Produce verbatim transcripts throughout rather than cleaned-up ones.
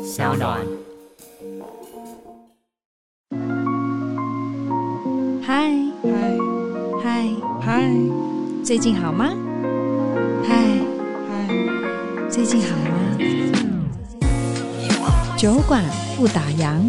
小暖。 嗨嗨嗨嗨最近好吗？嗨嗨， 最近好吗？酒馆不打烊。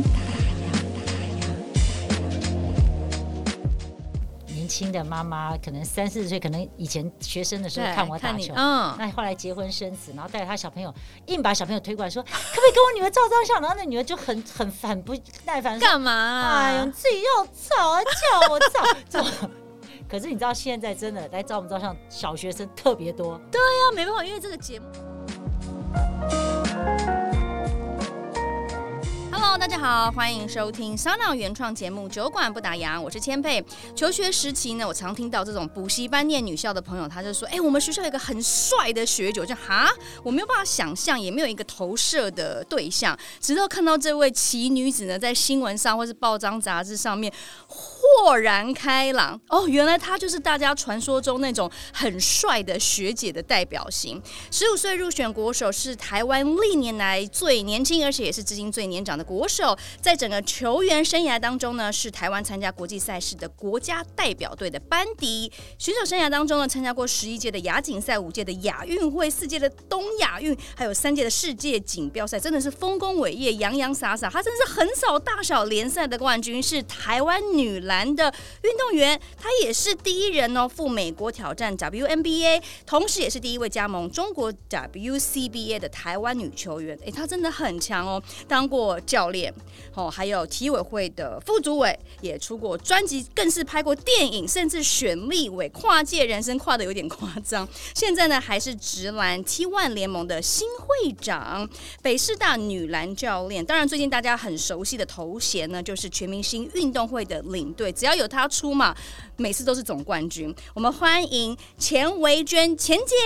年轻的妈妈可能三四十岁，可能以前学生的时候看我打球， 嗯， 那后来结婚生子，然后带着他小朋友，硬把小朋友推过来说，可不可以跟我女儿照张相？然后那女儿就很很很不耐烦， 干嘛啊？ 哎呦，你自己要照啊，叫我照，照。可是你知道现在真的来照不照相，小学生特别多。 对啊，没办法，因为这个节目。Hello， 大家好，欢迎收听烧脑原创节目《酒馆不打烊》，我是千佩。求学时期呢，我常听到这种补习班念女校的朋友，他就说：“哎、欸，我们学校有一个很帅的学姐。”我就哈，我没有办法想象，也没有一个投射的对象。直到看到这位奇女子呢，在新闻上或是报章杂志上面豁然开朗。哦，原来她就是大家传说中那种很帅的学姐的代表型。十五岁入选国手，是台湾历年来最年轻，而且也是至今最年长的国手。在整个球员生涯当中呢，是台湾参加国际赛事的国家代表队的班底。选手生涯当中呢，参加过十一届的亚锦赛、五届的亚运会、四届的东亚运，还有三届的世界锦标赛，真的是丰功伟业、洋洋洒洒。他真的是横扫大小联赛的冠军，是台湾女篮的运动员。他也是第一人哦，赴美国挑战 W N B A， 同时也是第一位加盟中国 W C B A 的台湾女球员。哎，他真的很强哦，当过教练。哦，还有体委会的副主委，也出过专辑，更是拍过电影，甚至选立委，跨界人生跨得有点夸张。现在呢，还是职篮 T 一 联盟的新会长，北市大女篮教练。当然，最近大家很熟悉的头衔呢，就是全明星运动会的领队，只要有他出嘛，每次都是总冠军。我们欢迎钱维娟钱姐。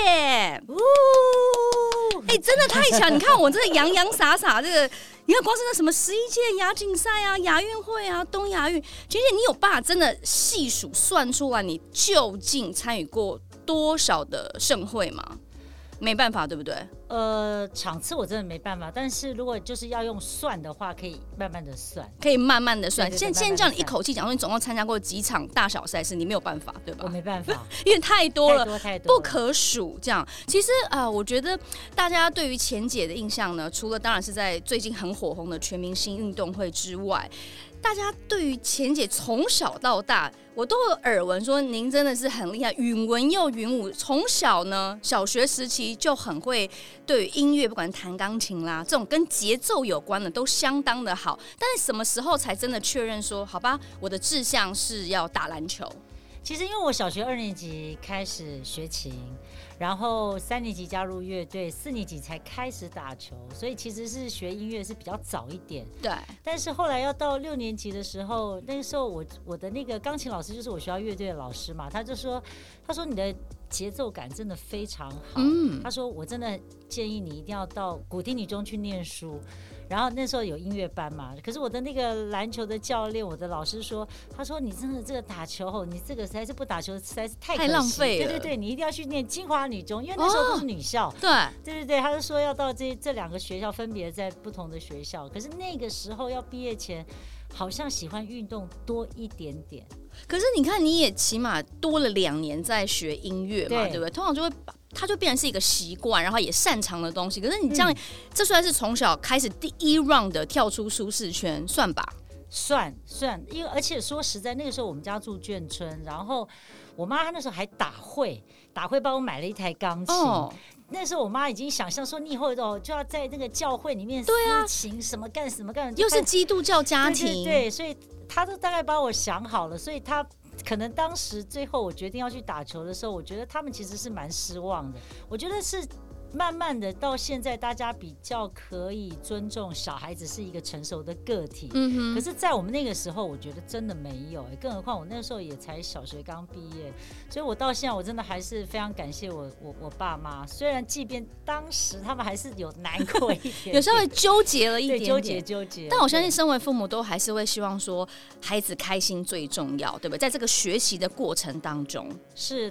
哎、欸，真的太强！你看我这个洋洋洒洒这个。你看，光是那什么十一届亚锦赛啊、亚运会啊、东亚运，姐姐，你有办法真的细数算出来你究竟参与过多少的盛会吗？没办法，对不对？ 呃，场次我真的没办法，但是如果就是要用算的话，可以慢慢的算， 可以慢慢的算。 对对对， 现在现在这样一口气讲说，你总共参加过几场大小赛事，你没有办法，对吧？ 我没办法， 因为太多了， 太多太多了， 不可数。这样，其实啊、呃，我觉得大家对于钱姐的印象呢，除了当然是在最近很火红的全明星运动会之外。大家对于钱姐从小到大，我都有耳闻说您真的是很厉害，允文又允武。从小呢，小学时期就很会对于音乐，不管弹钢琴啦，这种跟节奏有关的都相当的好。但是什么时候才真的确认说，好吧，我的志向是要打篮球？ 其实因为我小学二年级开始学琴，然后三年级加入乐队，四年级才开始打球，所以其实是学音乐是比较早一点。 对。 但是后来要到六年级的时候，那个时候我我的那个钢琴老师就是我学校乐队的老师嘛，他就说，他说你的节奏感真的非常好。嗯。他说我真的建议你一定要到古亭女中去念书。然后那时候有音乐班嘛，可是我的那个篮球的教练，我的老师说，他说你真的这个打球，你这个实在是不打球实在是太可惜， 太浪费了。 对对对，你一定要去念金华女中，因为那时候都是女校。哦、 对对对对，他就说要到这这两个学校分别在不同的学校，可是那个时候要毕业前，好像喜欢运动多一点点。 可是你看，你也起码多了两年在学音乐嘛， 对, 对不对？通常就会把。它就变成是一个习惯，然后也擅长的东西。可是你这样，嗯、这虽然是从小开始第一 round 的跳出舒适圈，算吧？ 算算，因为而且说实在，那个时候我们家住眷村，然后我妈她那时候还打会，打会帮我买了一台钢琴。哦、那时候我妈已经想象说，你以后就要在那个教会里面司琴，什么干什么干， 又是基督教家庭， 对对对，所以她都大概帮我想好了，所以她。可能当时最后我决定要去打球的时候，我觉得他们其实是蛮失望的。我觉得是慢慢的到现在，大家比较可以尊重小孩子是一个成熟的个体。嗯哼。可是，在我们那个时候，我觉得真的没有、欸，更何况我那时候也才小学刚毕业，所以我到现在我真的还是非常感谢我我我爸妈。虽然即便当时他们还是有难过一点点， 有稍微纠结了一点点， 纠结纠结。 但我相信，身为父母都还是会希望说，孩子开心最重要，对不对？在这个学习的过程当中， 是那。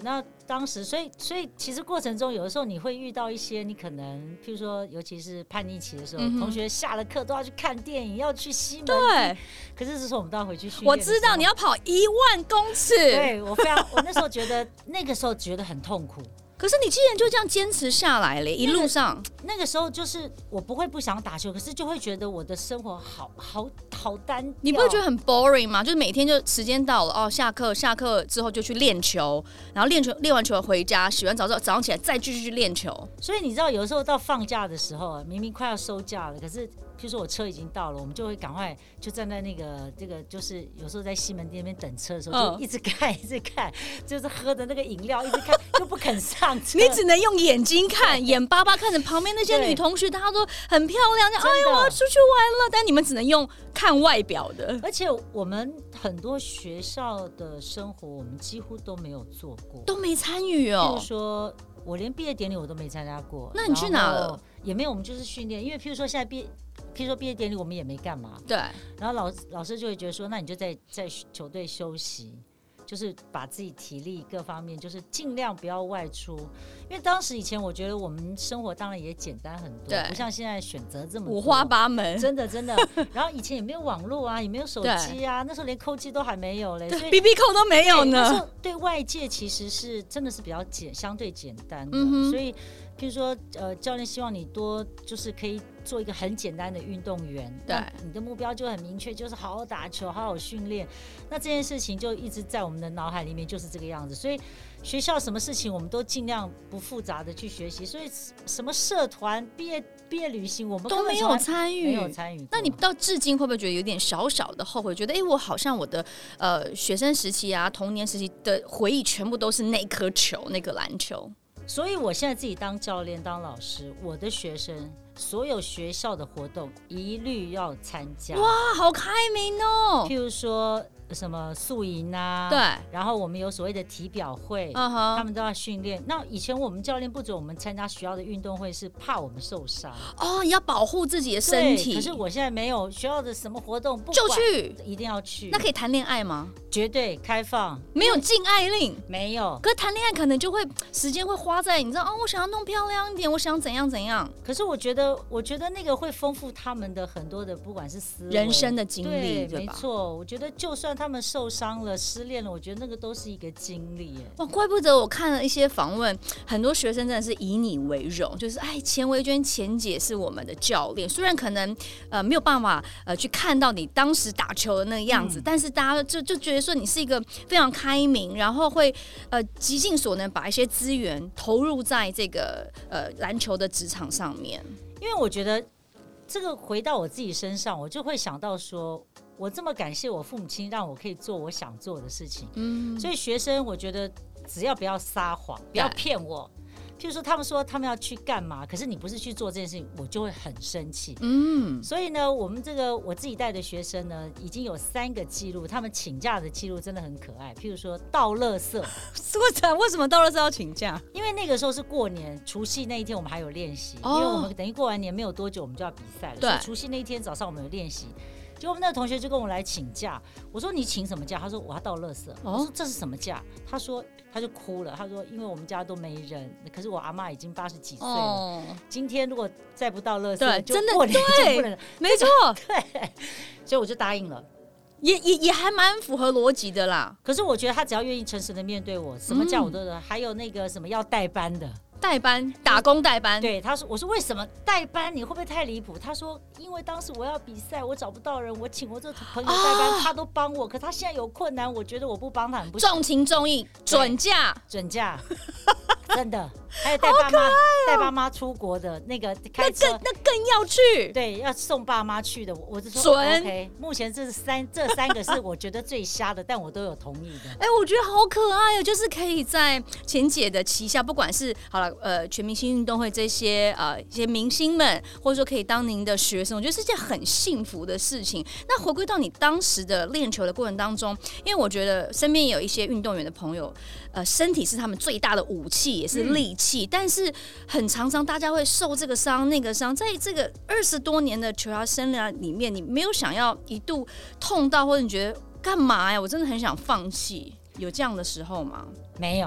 当时，所以所以其实过程中有的时候你会遇到一些你可能，譬如说，尤其是叛逆期的时候，嗯、同学下了课都要去看电影，要去西门。 对。 可是这时候我们都要回去训练。 我知道你要跑一万公尺。 对，我非常，我那时候觉得那个时候觉得很痛苦。 可是你既然就这样坚持下来了，一路上、 那个、那个时候就是我不会不想打球，可是就会觉得我的生活好好好单调。 你不会觉得很 boring 吗？就是每天就时间到了哦，下课下课之后就去练球，然后练球练完球回家，洗完澡之后早上起来再继续去练球。 所以你知道，有时候到放假的时候啊，明明快要收假了，可是譬如说我车已经到了，我们就会赶快就站在那个这个就是有时候在西门店那边等车的时候，就一直看、嗯、一直看，就是喝的那个饮料一直看，又不肯上。 你只能用眼睛看，眼巴巴看着旁边那些女同学，她都很漂亮，哎呀，我要出去玩了。但你们只能用看外表的。 而且我们很多学校的生活，我们几乎都没有做过， 都没参与哦。 譬如说，我连毕业典礼我都没参加过。 那你去哪了？ 也没有，我们就是训练。因为譬如说现在毕业，譬如说毕业典礼我们也没干嘛。 对。 然后老老师就会觉得说，那你就在在球队休息。就是把自己体力各方面，就是尽量不要外出，因为当时以前我觉得我们生活当然也简单很多，不像现在选择这么多五花八门， 真的真的。然后以前也没有网络啊，也没有手机啊，那时候连扣机都还没有嘞，所以 B B 扣都没有呢。 那时候对外界其实是真的是比较简相对简单的，嗯、所以譬如说呃，教练希望你多就是可以做一个很简单的运动员， 对， 你的目标就很明确，就是好好打球，好好训练。那这件事情就一直在我们的脑海里面就是这个样子，所以学校什么事情我们都尽量不复杂的去学习，所以什么社团、毕业毕业旅行我们都没有参与， 没有参与。 那你到至今会不会觉得有点小小的后悔？觉得哎、欸，我好像我的呃学生时期啊、童年时期的回忆全部都是那颗球、那个篮球。 所以我现在自己当教练、当老师，我的学生所有学校的活动一律要参加。 哇，好开明哦！ 譬如说什么宿营啊， 对， 然后我们有所谓的体表会， uh-huh. 他们都要训练。那以前我们教练不准我们参加学校的运动会，是怕我们受伤哦，要保护自己的身体。 可是我现在没有学校的什么活动，不就去， 一定要去。 那可以谈恋爱吗？ 绝对开放， 没有禁爱令， 没有。 可是谈恋爱可能就会时间会花在你知道哦，我想要弄漂亮一点，我想怎样怎样。 可是我觉得，我觉得那个会丰富他们的很多的，不管是思维、 人生的经历， 对，没错。我觉得就算他们受伤了、失恋了，我觉得那个都是一个经历。 哇，怪不得我看了一些访问，很多学生真的是以你为荣，就是哎，钱维娟钱姐是我们的教练，虽然可能呃没有办法呃去看到你当时打球的那个样子，嗯、但是大家就就觉得说你是一个非常开明，然后会呃极尽所能把一些资源投入在这个呃篮球的职场上面。 因为我觉得这个回到我自己身上，我就会想到说，我这么感谢我父母亲，让我可以做我想做的事情。嗯，所以学生，我觉得只要不要撒谎，不要骗我。譬如说，他们说他们要去干嘛，可是你不是去做这件事情，我就会很生气。嗯，所以呢，我们这个我自己带的学生呢，已经有三个记录，他们请假的记录真的很可爱。譬如说倒垃圾， 为什么倒垃圾要请假？ 因为那个时候是过年除夕那一天，我们还有练习、哦，因为我们等于过完年没有多久，我们就要比赛了。所以除夕那一天早上我们有练习。结果那个同学就跟我来请假，我说你请什么假？他说我要倒垃圾。我说这是什么假？他说他就哭了，他说因为我们家都没人，可是我阿嬷已经八十几岁了、哦，今天如果再不倒垃圾，就过年就不能了。 没错， 对，所以我就答应了。 也也也还蛮符合逻辑的啦。 可是我觉得他只要愿意诚实的面对我，什么假我都、嗯、还有那个什么要代班的。 代班打工代班， 对他说，我说为什么代班？你会不会太离谱？他说，因为当时我要比赛，我找不到人，我请我这个朋友代班、啊，他都帮我，可他现在有困难，我觉得我不帮他很不行。 重情重义，准假， 准假，真的。还有带爸妈带、哦、爸妈出国的那个开车， 那更那更要去， 对，要送爸妈去的，我就说准。 OK， 目前这三这三个是我觉得最瞎的，但我都有同意的。 哎、欸，我觉得好可爱哦，就是可以在钱姐的旗下，不管是好了呃全明星运动会这些呃一些明星们，或者说可以当您的学生，我觉得是件很幸福的事情。那回归到你当时的练球的过程当中，因为我觉得身边也有一些运动员的朋友，呃，身体是他们最大的武器，也是利器。嗯，但是很常常大家会受这个伤那个伤，在这个二十多年的球涯生涯里面，你没有想要一度痛到，或者你觉得干嘛呀？我真的很想放弃，有这样的时候吗？ 没有，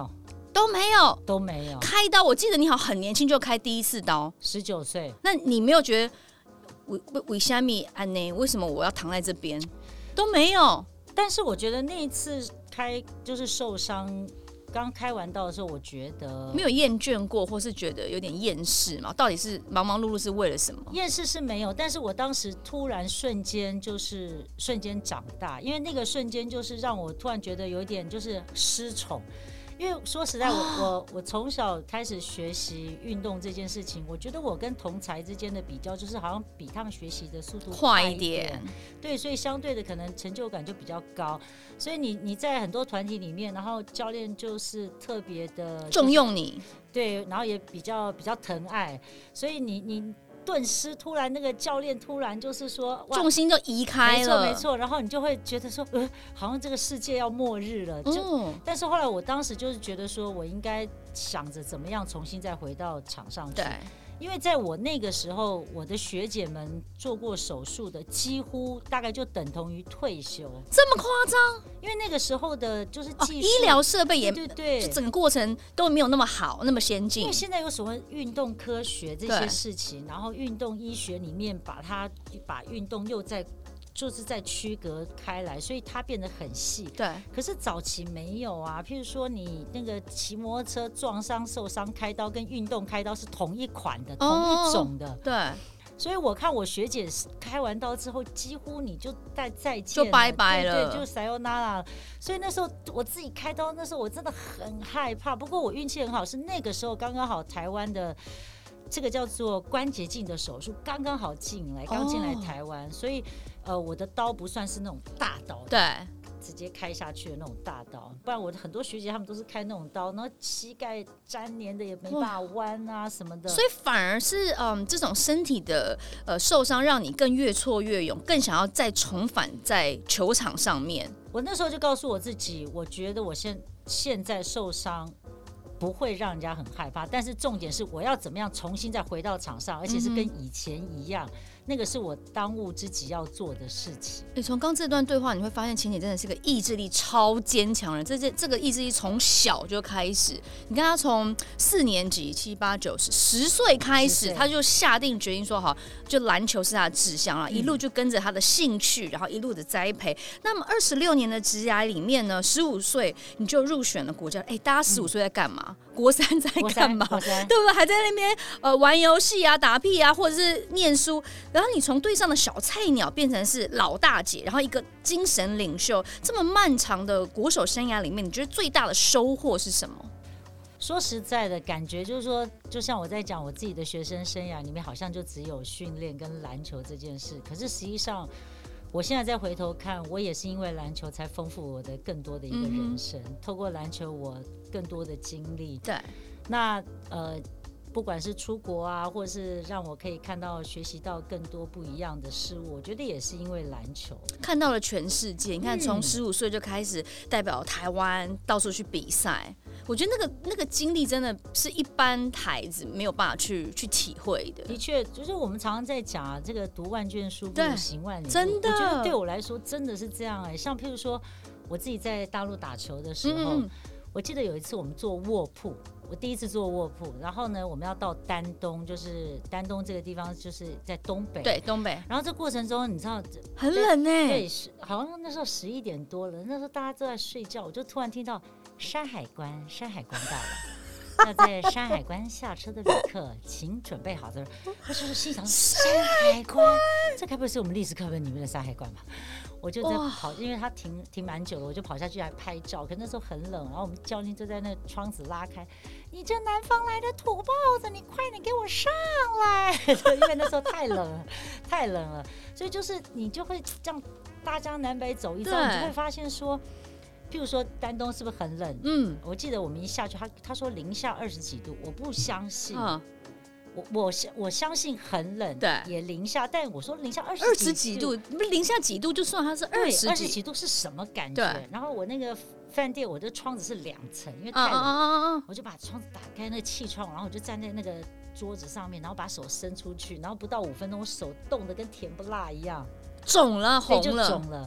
都没有， 都没有开刀。我记得你好很年轻就开第一次刀， 十九岁。 那你没有觉得为为什么安呢？为什么我要躺在这边？都没有。 但是我觉得那一次开就是受伤。刚开完刀的时候，我觉得没有厌倦过，或是觉得有点厌世嘛？到底是忙忙碌碌是为了什么？ 厌世是没有，但是我当时突然瞬间就是瞬间长大，因为那个瞬间就是让我突然觉得有一点就是失宠。因为说实在我，我我我从小开始学习运动这件事情，我觉得我跟同才之间的比较，就是好像比他们学习的速度快一点，快一点对，所以相对的可能成就感就比较高。所以你你在很多团体里面，然后教练就是特别的、就是、 重用你， 对，然后也比较比较疼爱，所以你你。顿失，突然那个教练突然就是说，重心就移开了， 没错没错，然后你就会觉得说，呃，好像这个世界要末日了。就、嗯，但是后来我当时就是觉得说，我应该想着怎么样重新再回到场上去。对。因为在我那个时候，我的学姐们做过手术的，几乎大概就等同于退休。 这么夸张？ 因为那个时候的就是技术、 哦、医疗设备也对对对， 就整个过程都没有那么好，那么先进。 因为现在有所谓运动科学这些事情，然后运动医学里面把它把运动又在。就是在区隔开来，所以它变得很细。 对，可是早期没有啊。譬如说，你那个骑摩托车撞伤、受伤、开刀，跟运动开刀是同一款的、哦、同一种的。 对， 所以我看我学姐开完刀之后，几乎你就再再见了， 就拜拜了， 对，对就 sayonara 了。所以那时候我自己开刀，那时候我真的很害怕。不过我运气很好，是那个时候刚刚好台湾的。这个叫做关节镜的手术刚刚好进来，刚进来台湾，哦、所以呃，我的刀不算是那种大刀， 对， 直接开下去的那种大刀，不然我很多学姐他们都是开那种刀，然后膝盖粘连的也没办法弯啊什么的， 所以反而是嗯这种身体的呃受伤，让你更越挫越勇，更想要再重返在球场上面。 我那时候就告诉我自己，我觉得我现现在受伤。不会让人家很害怕，但是重点是我要怎么样重新再回到场上，而且是跟以前一样，嗯、那个是我当务之急要做的事情。 你从刚这段对话，你会发现晴姐真的是个意志力超坚强的，这这这个意志力从小就开始。你看她从四年级、七八九十十岁开始，她就下定决心说好，就篮球是她的志向了，嗯、一路就跟着她的兴趣，然后一路的栽培。那么二十六年的职涯里面呢，十五岁你就入选了国教，哎，大家十五岁在干嘛？嗯国三在干嘛？对不对？还在那边呃玩游戏啊、打屁啊，或者是念书。然后你从队上的小菜鸟变成是老大姐，然后一个精神领袖。这么漫长的国手生涯里面，你觉得最大的收获是什么？ 说实在的，感觉就是说，就像我在讲我自己的学生生涯里面，好像就只有训练跟篮球这件事。可是实际上，我现在再回头看，我也是因为篮球才丰富我的更多的一个人生。嗯、透过篮球，我更多的经历。 对， 那呃，不管是出国啊，或是让我可以看到、学习到更多不一样的事物，我觉得也是因为篮球看到了全世界。你看，从十五岁就开始代表台湾到处去比赛。我觉得那个那个经历真的是一般孩子没有办法去去体会的。 的确，就是我们常常在讲啊，这个读万卷书不如行万里路。 真的， 我觉得对我来说真的是这样哎、欸。像譬如说，我自己在大陆打球的时候，嗯、我记得有一次我们做卧铺，我第一次做卧铺，然后呢，我们要到丹东，就是丹东这个地方，就是在东北。 对，东北。 然后这过程中，你知道很冷哎、 欸。对，好像那时候十一点多了，那时候大家都在睡觉，我就突然听到。山海关，山海关到了。那在山海关下车的旅客，请准备好的。我就是心想，山海关，这该不会是我们历史课本里面的山海关吧？我就在跑，因为它停停蛮久了，我就跑下去来拍照。可那时候很冷，然后我们教练就在那窗子拉开，你这南方来的土包子，你快点给我上来！因为那时候太冷了，太冷了，所以就是你就会这样大江南北走一遭，你就会发现说。譬如说丹东是不是很冷？嗯，我记得我们一下去，他他说零下二十几度，我不相信。嗯、我我我相信很冷， 对， 也零下，但我说零下二十二十几度，不是零下几度就算它是二十二十几度是什么感觉？然后我那个饭店，我的窗子是两层，因为太冷， 啊啊啊、 我就把窗子打开，那个气窗，然后我就站在那个桌子上面，然后把手伸出去，然后不到五分钟，我手冻得跟甜不辣一样， 肿了，红了， 就肿了。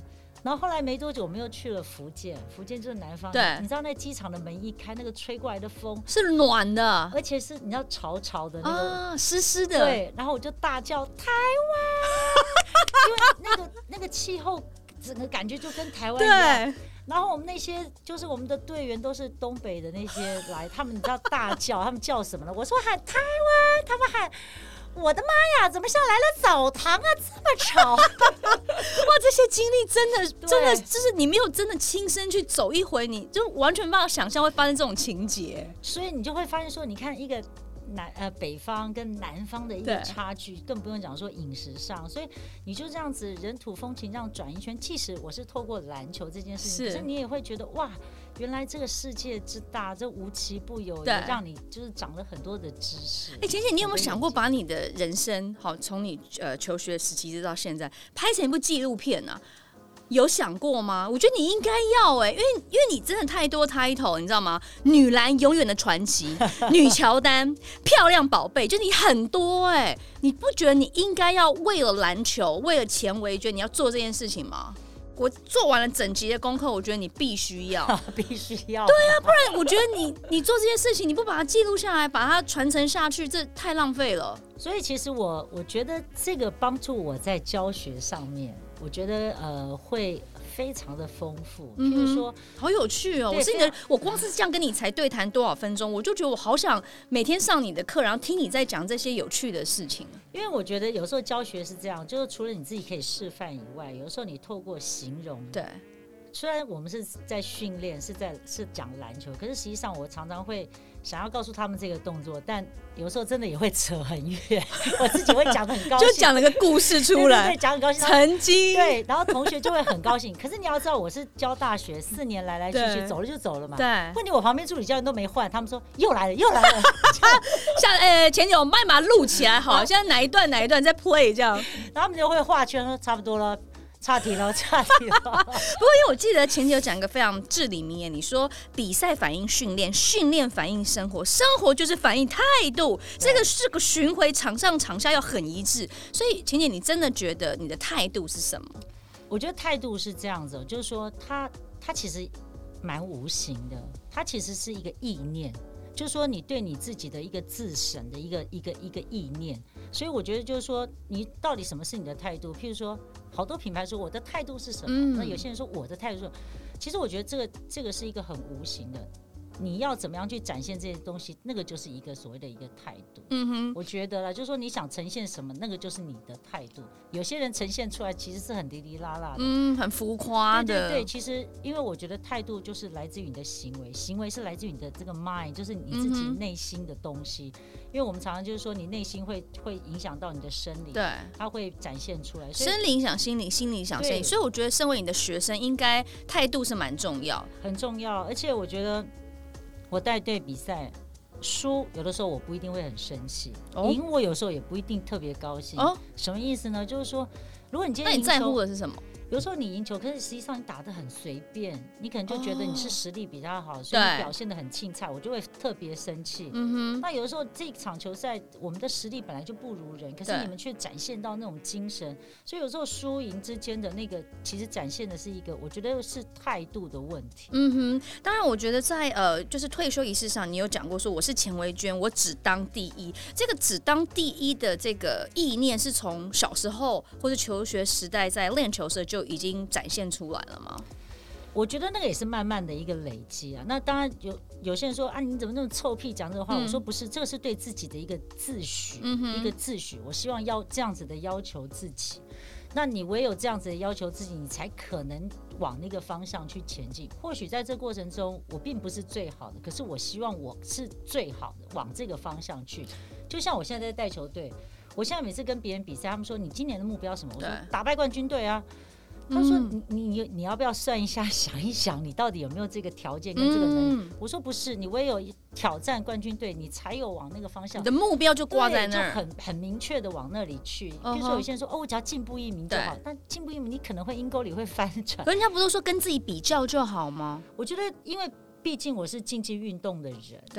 然后后来没多久，我们又去了福建，福建就是南方。 对， 你知道那机场的门一开，那个吹过来的风是暖的， 而且是你知道潮潮的那个啊，湿湿的。 对，然后我就大叫台湾，因为那个那个气候整个感觉就跟台湾一样。 对。 然后我们那些就是我们的队员都是东北的那些来，他们你知道大叫，他们叫什么呢？我说喊台湾，他们喊。我的妈呀，怎么像来了澡堂啊？这么吵！哇， 这些经历真的真的就是你没有真的亲身去走一回，你就完全没有想象会发生这种情节。 所以你就会发现说，你看一个南呃北方跟南方的一个差距，更不用讲说饮食上，所以你就这样子人土风情这样转一圈。即使我是透过篮球这件事情，可是你也会觉得哇。原来这个世界之大，这无奇不有，也让你就是长了很多的知识。 哎、欸，浅浅，你有没有想过把你的人生，好，从你呃求学时期直到现在，拍成一部纪录片啊？有想过吗？我觉得你应该要哎、欸，因为因为你真的太多 title， 你知道吗？女篮永远的传奇，女乔丹，漂亮宝贝，就你很多哎、欸，你不觉得你应该要为了篮球，为了钱为捐，你要做这件事情吗？我做完了整集的功课，我觉得你必须要， 必须要。 对啊，不然我觉得你你做这件事情，你不把它记录下来，把它传承下去，这太浪费了。 所以其实我我觉得这个帮助我在教学上面，我觉得呃会非常的丰富。譬如说， 嗯、好有趣哦！我是你的，我光是这样跟你才对谈多少分钟，我就觉得我好想每天上你的课，然后听你在讲这些有趣的事情。 因为我觉得有时候教学是这样，就是除了你自己可以示范以外，有时候你透过形容， 对。 虽然我们是在训练，是在是讲篮球，可是实际上我常常会想要告诉他们这个动作，但有时候真的也会扯很远，我自己会讲得很高兴， 就讲了个故事出来， 对对对，讲很高兴， 曾经对，然后同学就会很高兴。可是你要知道，我是教大学四年来来去去，走了就走了嘛。 对， 问题我旁边助理教练都没换，他们说又来了又来了。 像呃前久麦把它录起来好，现在哪一段哪一段在 play 这样， 然后他们就会画圈说差不多了。岔题了，岔题了。不过，因为我记得前集有讲一个非常至理名言，你说比赛反映训练，训练反映生活，生活就是反映态度，这个是个巡回，场上场下要很一致。所以，前姐，你真的觉得你的态度是什么？ 我觉得态度是这样子，就是说它，它它其实蛮无形的，它其实是一个意念。就是说，你对你自己的一个自省的一个一个一个意念，所以我觉得就是说，你到底什么是你的态度？譬如说，好多品牌说我的态度是什么，嗯、那有些人说我的态度是什么。其实我觉得这个这个是一个很无形的，你要怎么样去展现这些东西，那个就是一个所谓的一个态度。嗯哼，我觉得啦，就是说你想呈现什么，那个就是你的态度。有些人呈现出来其实是很哩哩啦啦的， 嗯，很浮夸的。 对对对，其实因为我觉得态度就是来自于你的行为，行为是来自于你的这个 mind， 就是你自己内心的东西。嗯、因为我们常常就是说，你内心会会影响到你的生理， 对， 它会展现出来。 生理影响心理，心理影响生理，所以我觉得身为你的学生，应该态度是蛮重要， 很重要。而且我觉得我带队比赛。输有的时候我不一定会很生气，赢、哦、我有时候也不一定特别高兴。哦、什么意思呢？就是说，如果你今天赢球， 那你在乎的是什么？ 有时候你赢球，可是实际上你打得很随便，你可能就觉得你是实力比他好，哦、所以你表现得很轻菜，我就会特别生气。嗯、那有的时候这场球赛我们的实力本来就不如人，可是你们却展现到那种精神，所以有时候输赢之间的那个其实展现的是一个，我觉得是态度的问题。 嗯哼，当然我觉得在呃就是退休仪式上，你有讲过说我是钱维娟，我只当第一。这个只当第一的这个意念是从小时候或是求学时代在练球时就已经展现出来了吗？ 我觉得那个也是慢慢的一个累积啊。那当然有有些人说啊，你怎么那么臭屁讲这个话？嗯、我说不是，这个是对自己的一个自诩，嗯、一个自诩。我希望要这样子的要求自己。那你唯有这样子的要求自己，你才可能往那个方向去前进。或许在这过程中，我并不是最好的，可是我希望我是最好的，往这个方向去。就像我现在在带球队，我现在每次跟别人比赛，他们说你今年的目标什么？我说打败冠军队啊。他说你你你要不要算一下，想一想，你到底有没有这个条件跟这个能力？嗯、我说不是，你唯有挑战冠军队，你才有往那个方向。 你的目标就挂在那儿， 就很很明确的往那里去。比如说有些人说哦，我只要进步一名就好，但进步一名你可能会阴沟里会翻船。 可人家不是说跟自己比较就好吗？ 我觉得，因为毕竟我是竞技运动的人， 对。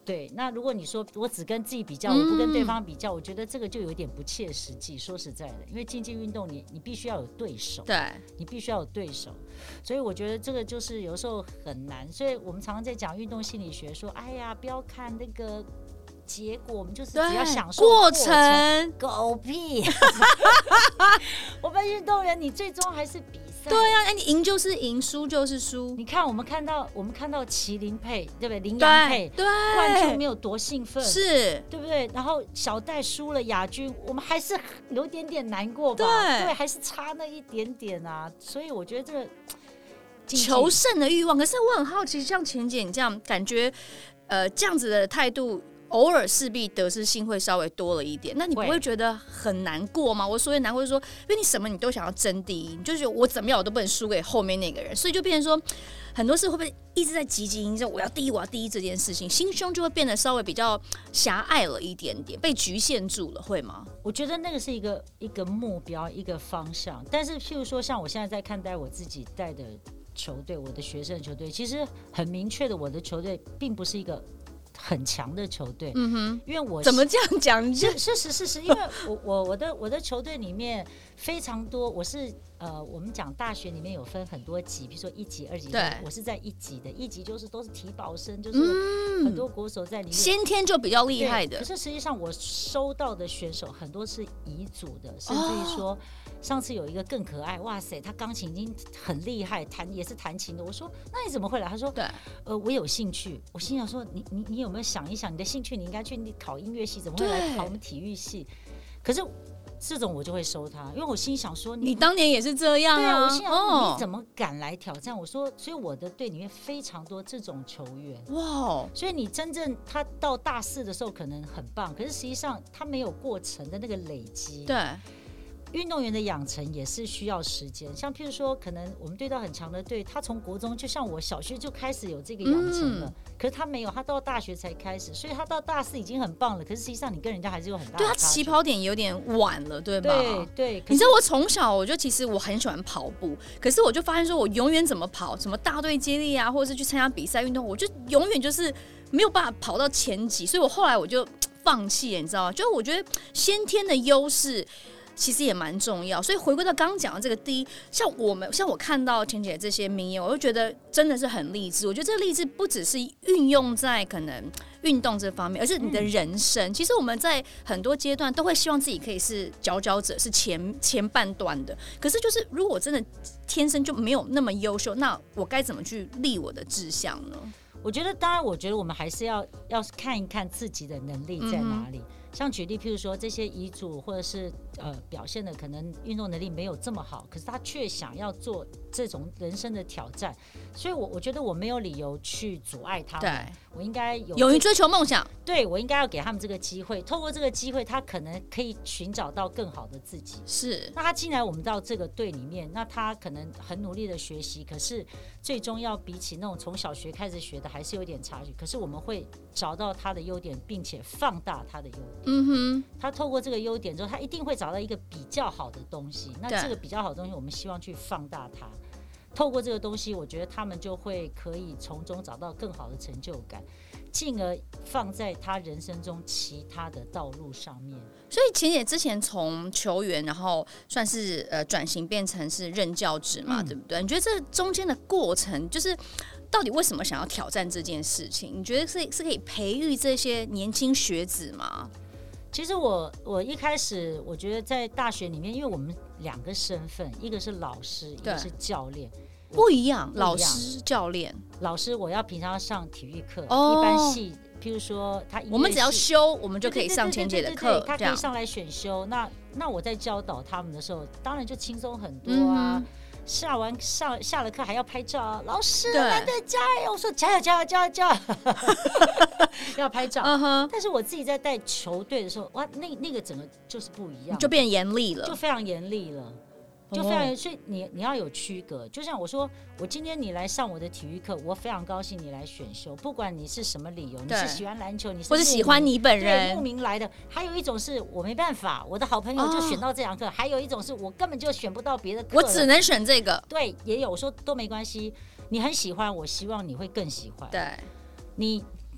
对，那如果你说我只跟自己比较，我不跟对方比较，嗯、我觉得这个就有点不切实际。说实在的，因为竞技运动你，你必须要有对手， 对， 你必须要有对手，所以我觉得这个就是有时候很难。所以我们常常在讲运动心理学，说，哎呀，不要看那个结果，我们就是只要享受过程，狗屁！我们运动员，你最终还是比赛。 对啊，哎，你赢就是赢，输就是输。 你看，我们看到我们看到麒麟配，对不对？羚羊配， 对， 冠军没有多兴奋， 是， 对不对？然后小戴输了亚军，我们还是有点点难过吧？ 对， 对，还是差那一点点啊。所以我觉得这个求胜的欲望，可是我很好奇，像钱姐你这样感觉，呃，这样子的态度。偶尔势必得失心会稍微多了一点，那你不会觉得很难过吗？我所谓难过是说，因为你什么你都想要争第一，你就觉得我怎么样我都不能输给后面那个人，所以就变成说很多事会不会一直在积极营造我要第一我要第一这件事情，心胸就会变得稍微比较狭隘了一点点，被局限住了，会吗？ 我觉得那个是一个一个目标一个方向，但是譬如说像我现在在看待我自己带的球队，我的学生的球队，其实很明确的，我的球队并不是一个很强的球队，嗯哼，因为我怎么这样讲？ 是是是是是，因为我我我的我的球队里面非常多，我是呃，我们讲大学里面有分很多级，比如说一级、二级， 对， 我是在一级的，一级就是都是体保生，就是很多国手在里面， 先天就比较厉害的。 可是实际上我收到的选手很多是乙组的，甚至于说。哦，上次有一个更可爱，哇塞，他钢琴已经很厉害，弹也是弹琴的。我说，那你怎么会来？他说， 对， 呃，我有兴趣。我心想说，你你你有没有想一想，你的兴趣你应该去考音乐系，怎么会来考我们体育系？可是这种我就会收他，因为我心想说你， 你当年也是这样啊。 对啊，我心想说、哦、你怎么敢来挑战？我说，所以我的队里面非常多这种球员。哇，所以你真正他到大四的时候可能很棒，可是实际上他没有过程的那个累积。 对。 运动员的养成也是需要时间，像譬如说，可能我们对到很强的队，他从国中就像我小学就开始有这个养成了，嗯、可是他没有，他到大学才开始，所以他到大四已经很棒了。可是实际上你跟人家还是有很大的差距， 对他起跑点有点晚了，对吧？ 对对。 你知道我从小我就其实我很喜欢跑步，可是我就发现说我永远怎么跑，什么大队接力啊，或者是去参加比赛运动，我就永远就是没有办法跑到前几，所以我后来我就放弃了，你知道吗？就是我觉得先天的优势。其实也蛮重要，所以回归到刚刚讲的这个第一，像我们像我看到钱姐这些名言，我就觉得真的是很励志。我觉得这个励志不只是运用在可能运动这方面，而是你的人生。嗯、其实我们在很多阶段都会希望自己可以是佼佼者，是前前半段的。可是就是如果真的天生就没有那么优秀，那我该怎么去立我的志向呢？ 我觉得，当然，我觉得我们还是要要看一看自己的能力在哪里。嗯、像举例，譬如说这些遗嘱或者是呃表现的可能运动能力没有这么好，可是他却想要做这种人生的挑战，所以我我觉得我没有理由去阻碍他们。对，我应该有勇于追求梦想。 对，我应该要给他们这个机会，透过这个机会，他可能可以寻找到更好的自己。 是， 那他进来我们到这个队里面，那他可能很努力的学习，可是最终要比起那种从小学开始学的，还是有点差距。可是我们会找到他的优点，并且放大他的优点。嗯哼，他透过这个优点之后，他一定会找到一个比较好的东西。那这个比较好的东西，我们希望去放大它。透过这个东西，我觉得他们就会可以从中找到更好的成就感，进而放在他人生中其他的道路上面。 所以钱姐之前从球员，然后算是呃转型变成是任教职嘛，嗯、对不对？你觉得这中间的过程，就是到底为什么想要挑战这件事情？你觉得是是可以培育这些年轻学子吗？ 其实我我一开始我觉得在大学里面，因为我们两个身份，一个是老师，一个是教练， 不一样。老师、教练， 老师我要平常上体育课，哦、一般系，譬如说他我们只要修，我们就可以上钱姐的课， 他可以上来选修。那那我在教导他们的时候，当然就轻松很多啊。嗯下完上下了课还要拍照啊，老师蓝队加油！我说加油加油加油加油，要拍照。Uh-huh. 但是我自己在带球队的时候，哇，那那个整个就是不一样， 就变严厉了， 就非常严厉了。就非常，所以你你要有区隔。就像我说，我今天你来上我的体育课，我非常高兴你来选修，不管你是什么理由，你是喜欢篮球，你是或是喜欢你本人， 慕名来的。还有一种是我没办法，我的好朋友就选到这堂课；哦、还有一种是我根本就选不到别的课， 我只能选这个。 对，也有，我说都没关系，你很喜欢，我希望你会更喜欢。 对， 你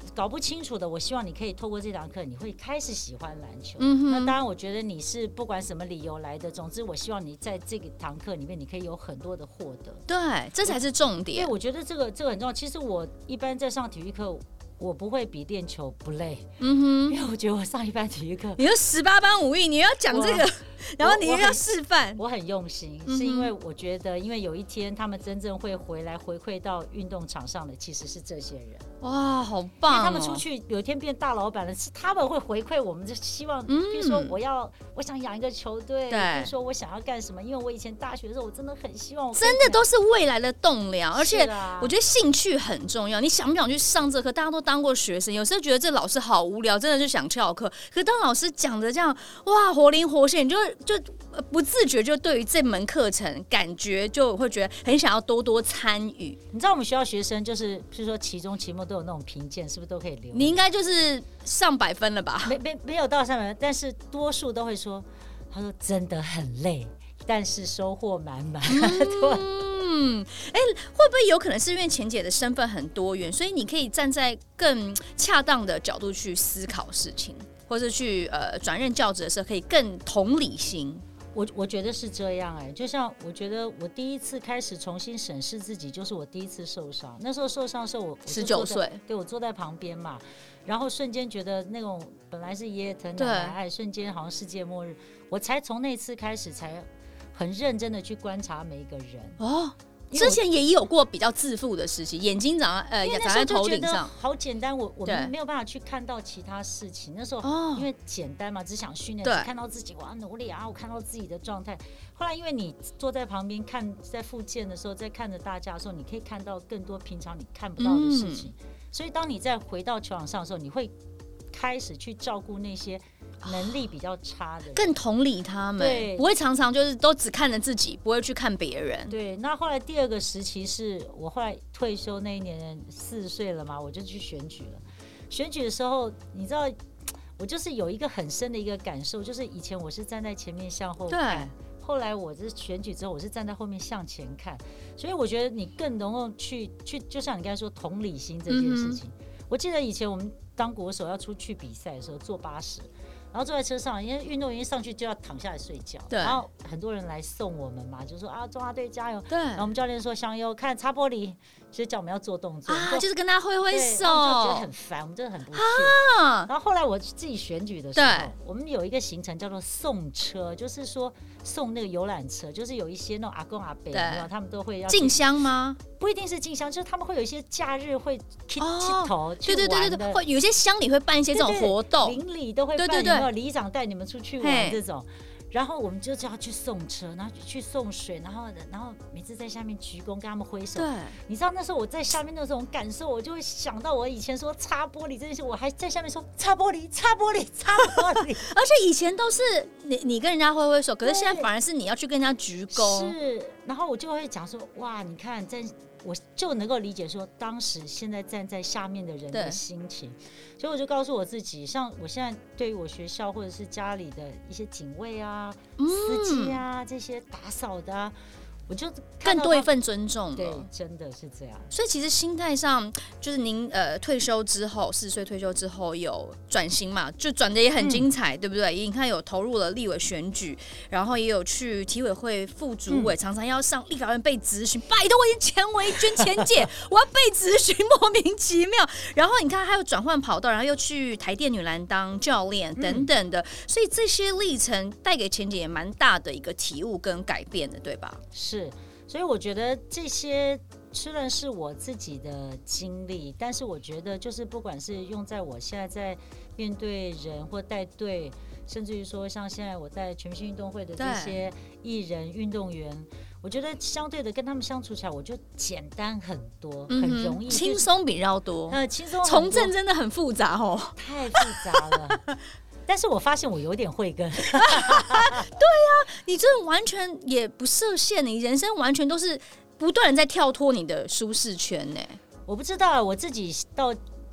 搞不清楚的，我希望你可以透过这堂课，你会开始喜欢篮球。 嗯、 那当然，我觉得你是不管什么理由来的，总之我希望你在这个堂课里面，你可以有很多的获得。 对，这才是重点。 对，我觉得这个这个很重要。其实我一般在上体育课，我不会比练球不累，嗯哼，因为我觉得我上一般体育课， 你就十八般武艺，你要讲这个，然后你又要示范， 我很用心，嗯、是因为我觉得，因为有一天他们真正会回来回馈到运动场上的，其实是这些人。 哇，好棒、哦！因为他们出去有一天变大老板了，是他们会回馈我们，就希望，比如说我要，我想养一个球队，比如说我想要干什么，因为我以前大学的时候，我真的很希望我， 真的都是未来的栋梁，而且我觉得兴趣很重要。你想不想去上这课？大家都当过学生，有时候觉得这老师好无聊，真的就想翘课。可是当老师讲的这样，哇，活灵活现，你就就不自觉就对于这门课程感觉就会觉得很想要多多参与。 你知道我们学校学生就是，譬如说期中、期末都有那种评鉴，是不是都可以留？ 你应该就是上百分了吧？ 没没没有到上百分，但是多数都会说，他说真的很累，但是收获满满。 嗯，哎，会不会有可能是因为钱姐的身份很多元，所以你可以站在更恰当的角度去思考事情，或是去呃转任教职的时候可以更同理心？ 我我觉得是这样哎、欸，就像我觉得我第一次开始重新审视自己，就是我第一次受伤。那时候受伤的时候我，我十九岁， 对我坐在旁边嘛，然后瞬间觉得那种本来是爷爷疼奶奶爱，瞬间好像世界末日。我才从那次开始，才很认真的去观察每一个人。哦。 之前也有过比较自负的时期，眼睛长呃长在头顶上， 好简单，我我们没有办法去看到其他事情。那时候、哦、因为简单嘛，只想训练，只看到自己我要努力啊，我看到自己的状态。后来因为你坐在旁边看，在复健的时候，在看着大家的时候，你可以看到更多平常你看不到的事情。嗯、所以当你再回到球场上的时候，你会开始去照顾那些能力比较差的人， 更同理他们，对，不会常常就是都只看着自己，不会去看别人。 对，那后来第二个时期是我后来退休那一年，四十岁了嘛，我就去选举了。选举的时候，你知道，我就是有一个很深的一个感受，就是以前我是站在前面向后看，后来我是选举之后，我是站在后面向前看，所以我觉得你更能够去去，就像你刚才说同理心这件事情。嗯、我记得以前我们当国手要出去比赛的时候，坐巴士。然后坐在车上，因为运动员上去就要躺下来睡觉，然后很多人来送我们嘛，就说啊中华队加油。对，然后我们教练说香优看擦玻璃，所以叫我们要做动作啊，就是跟他挥挥手， 我们就觉得很烦，我们真的很不屑。啊、然后后来我自己选举的时候，我们有一个行程叫做送车，就是说送那个游览车，就是有一些那种阿公阿伯，他们都会要进香吗？ 不一定是进香，就是他们会有一些假日会剃头去玩的， 对对对对，会有一些乡里会办一些这种活动， 邻里都会办，对对对，有里长带你们出去玩这种。然后我们就要去送车，然后去送水，然后然后每次在下面鞠躬跟他们挥手。对，你知道那时候我在下面那种感受，我就会想到我以前说擦玻璃这件事，我还在下面说擦玻璃、擦玻璃、擦玻璃。 而且以前都是你你跟人家挥挥手，可是现在反而是你要去跟人家鞠躬。 是，然后我就会讲说，哇，你看在。我就能够理解说，当时现在站在下面的人的心情，所以我就告诉我自己，像我现在对于我学校或者是家里的一些警卫啊、嗯、司机啊、这些打扫的啊，我就更多一份尊重了。 对，真的是这样。 所以其实心态上，就是您呃退休之后，四十岁退休之后有转型嘛，就转的也很精彩，嗯、对不对？你看有投入了立委选举，然后也有去体委会副主委，嗯、常常要上立法院被质询，拜托我已经钱维捐钱姐，我要被质询，莫名其妙。然后你看还有转换跑道，然后又去台电女篮当教练等等的，嗯、所以这些历程带给钱姐也蛮大的一个体悟跟改变的，对吧？ 是。所以我觉得这些虽然是我自己的经历，但是我觉得就是不管是用在我现在在面对人或带队，甚至于说像现在我带全明星运动会的这些艺人运动员，我觉得相对的跟他们相处起来我就简单很多，嗯、很容易， 轻松比较多。 呃，轻松。 从政真的很复杂哦， 太复杂了。但是我发现我有点慧根。对呀、啊，你这完全也不设限，你人生完全都是不断的在跳脱你的舒适圈呢。 我不知道，我自己到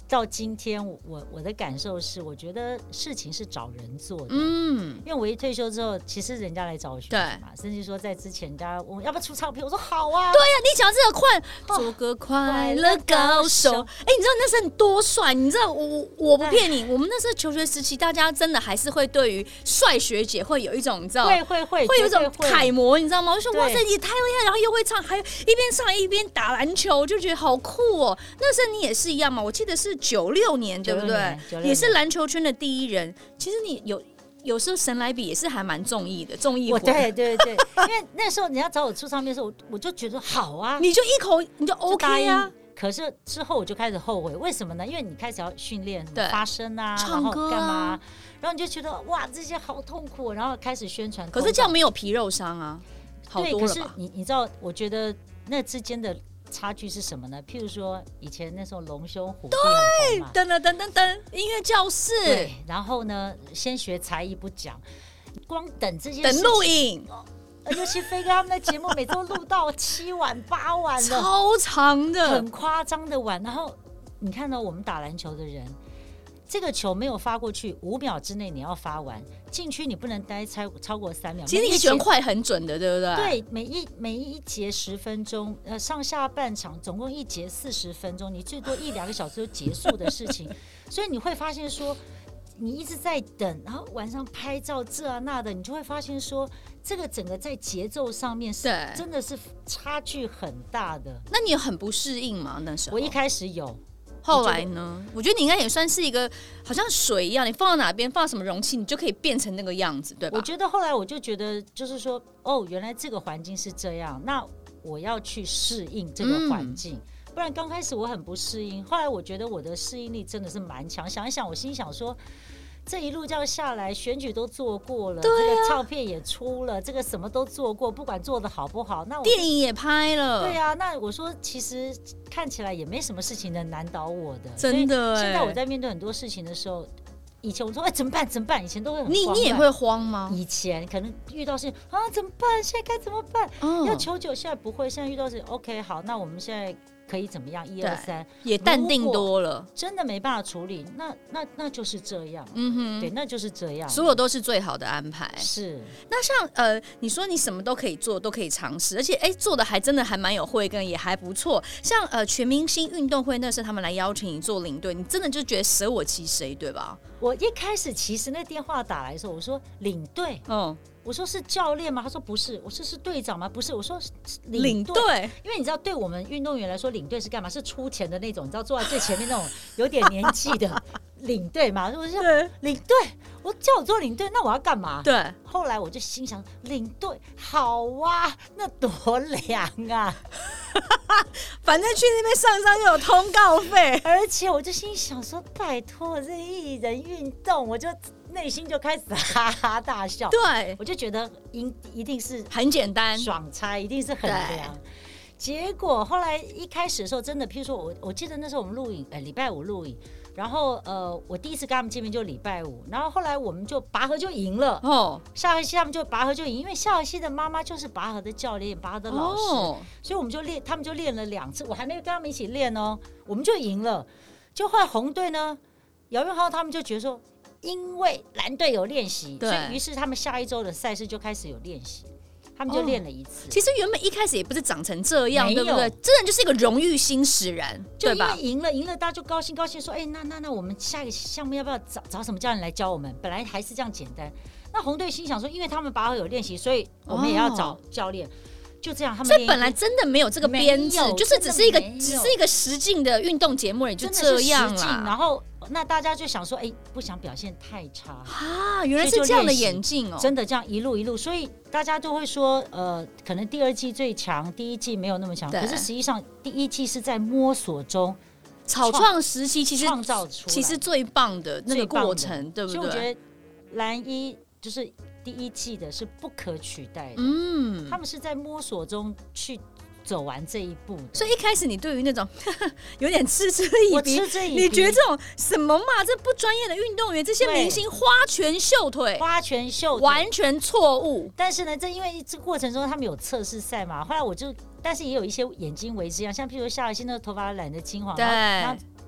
到今天我我的感受是，我觉得事情是找人做的。 嗯， 因为我一退休之后，其实人家来找我学习嘛，甚至说在之前人家问我要不要出唱片，我说好啊。 对呀、啊，你讲这个快，做个快乐高手。哎、欸，你知道那时候你多帅？你知道我我不骗你，我们那时候求学时期，大家真的还是会对于帅学姐会有一种你知道， 会会会会有一种楷模，你知道吗？我就说哇塞，你太厉害，然后又会唱，还有一边唱一边打篮球，就觉得好酷哦。那时候你也是一样嘛？我记得是九六年，对不对？也是篮球圈的第一人。其实你有有时候神来比也是还蛮中意的，中意。 对对对，因为那时候你要找我出唱片的时候，我就觉得好啊， 你就一口你就 OK 啊。 可是之后我就开始后悔，为什么呢？因为你开始要训练发声啊， 唱歌啊， 然后干嘛？然后你就觉得哇，这些好痛苦，然后开始宣传。 可是这样没有皮肉伤啊，好多了吧？ 对，可是你你知道，我觉得那之间的差距是什么呢？譬如说，以前那时候龙兄虎弟很红嘛， 噔噔噔噔噔，音乐教室。 对，然后呢，先学才艺不讲，光等这件事情， 等录影。 尤其飞哥他们的节目，每周录到七晚八晚了， 超长的， 很夸张的晚。然后你看到我们打篮球的人，这个球没有发过去，五秒之内你要发完，禁区你不能待超超过三秒。 其实你喜欢快很准的，对不对？ 对，每一每一节十分钟，呃，上下半场总共一节四十分钟，你最多一两个小时就结束的事情，所以你会发现说。你一直在等，然后晚上拍照这啊那的，你就会发现说，这个整个在节奏上面是真的是差距很大的。 那你有很不适应吗？那时候我一开始有， 后来呢？我觉得你应该也算是一个，好像水一样，你放到哪边，放到什么容器，你就可以变成那个样子，对吧？ 我觉得后来我就觉得，就是说，哦，原来这个环境是这样，那我要去适应这个环境。嗯，不然刚开始我很不适应，后来我觉得我的适应力真的是蛮强。想一想，我心想说，这一路这样下来，选举都做过了，啊，这个唱片也出了，这个什么都做过，不管做的好不好，那我电影也拍了， 对啊，那我说其实看起来也没什么事情能难倒我的， 真的。 现在我在面对很多事情的时候。以前我说哎、欸、怎么办怎么办？以前都会很慌。 你你也会慌吗？ 以前可能遇到事情啊怎么办？现在该怎么办？哦，要求救，现在不会。现在遇到事情 OK 好，那我们现在可以怎么样？一二三， 也淡定多了。 真的没办法处理，那那那就是这样。嗯哼，对，那就是这样。 所有都是最好的安排。 是。 那像呃，你说你什么都可以做，都可以尝试，而且哎做的还真的还蛮有慧根，也还不错。像呃全明星运动会那时候他们来邀请你做领队，你真的就觉得舍我其谁，对吧？ 我一开始其实那电话打来的时候，我说领队，嗯，我说是教练吗？他说不是，我说是队长吗？不是，我说领队，因为你知道，对我们运动员来说，领队是干嘛？是出钱的那种，你知道，坐在最前面那种有点年纪的领队嘛。我说领队，我叫我做领队，那我要干嘛？ 对。 后来我就心想，领队好啊，那多凉啊！ 反正去那边上上又有通告费， 而且我就心想说，拜托，这艺人运动，我就内心就开始哈哈大笑。 对， 我就觉得一定是很简单， 爽差一定是很凉。结果后来一开始的时候，真的，譬如说我我记得那时候我们录影，哎，礼拜五录影。然后呃，我第一次跟他们见面就礼拜五，然后后来我们就拔河就赢了哦。夏河西他们就拔河就赢，因为夏河西的妈妈就是拔河的教练，拔河的老师，哦，所以我们就练，他们就练了两次，我还没有跟他们一起练哦，我们就赢了。就后来红队呢，姚元浩他们就觉得说，因为蓝队有练习，所以于是他们下一周的赛事就开始有练习。他们就练了一次，哦。 其实原本一开始也不是长成这样，对不对？真的就是一个荣誉新使然， 就因为赢了，赢了，大家就高兴高兴说：“哎，那那那我们下一个项目要不要找找什么教练来教我们？”本来还是这样简单。那红队心想说：“因为他们拔河有练习，所以我们也要找教练。”就这样，他们所以本来真的没有这个编制，就是只是一个只是一个实境的运动节目，也就这样啦。 然后那大家就想说，哎，不想表现太差啊，原来是这样的演进哦， 真的这样一路一路，所以大家都会说，呃，可能第二季最强，第一季没有那么强，可是实际上第一季是在摸索中。 草创时期其实创造出来， 其实最棒的那个过程，对不对？ 所以我觉得蓝一就是第一季的是不可取代的，嗯，他们是在摸索中去走完这一步的。 所以一开始你对于那种呵呵有点嗤之以鼻， 我嗤之以鼻， 你觉得这种什么嘛，这不专业的运动员，这些明星花拳绣腿， 花拳绣腿， 完全错误。 但是呢，这因为这过程中他们有测试赛嘛，后来我就。但是也有一些眼睛为之一样，像譬如夏尔西那个头发染的金黄，然后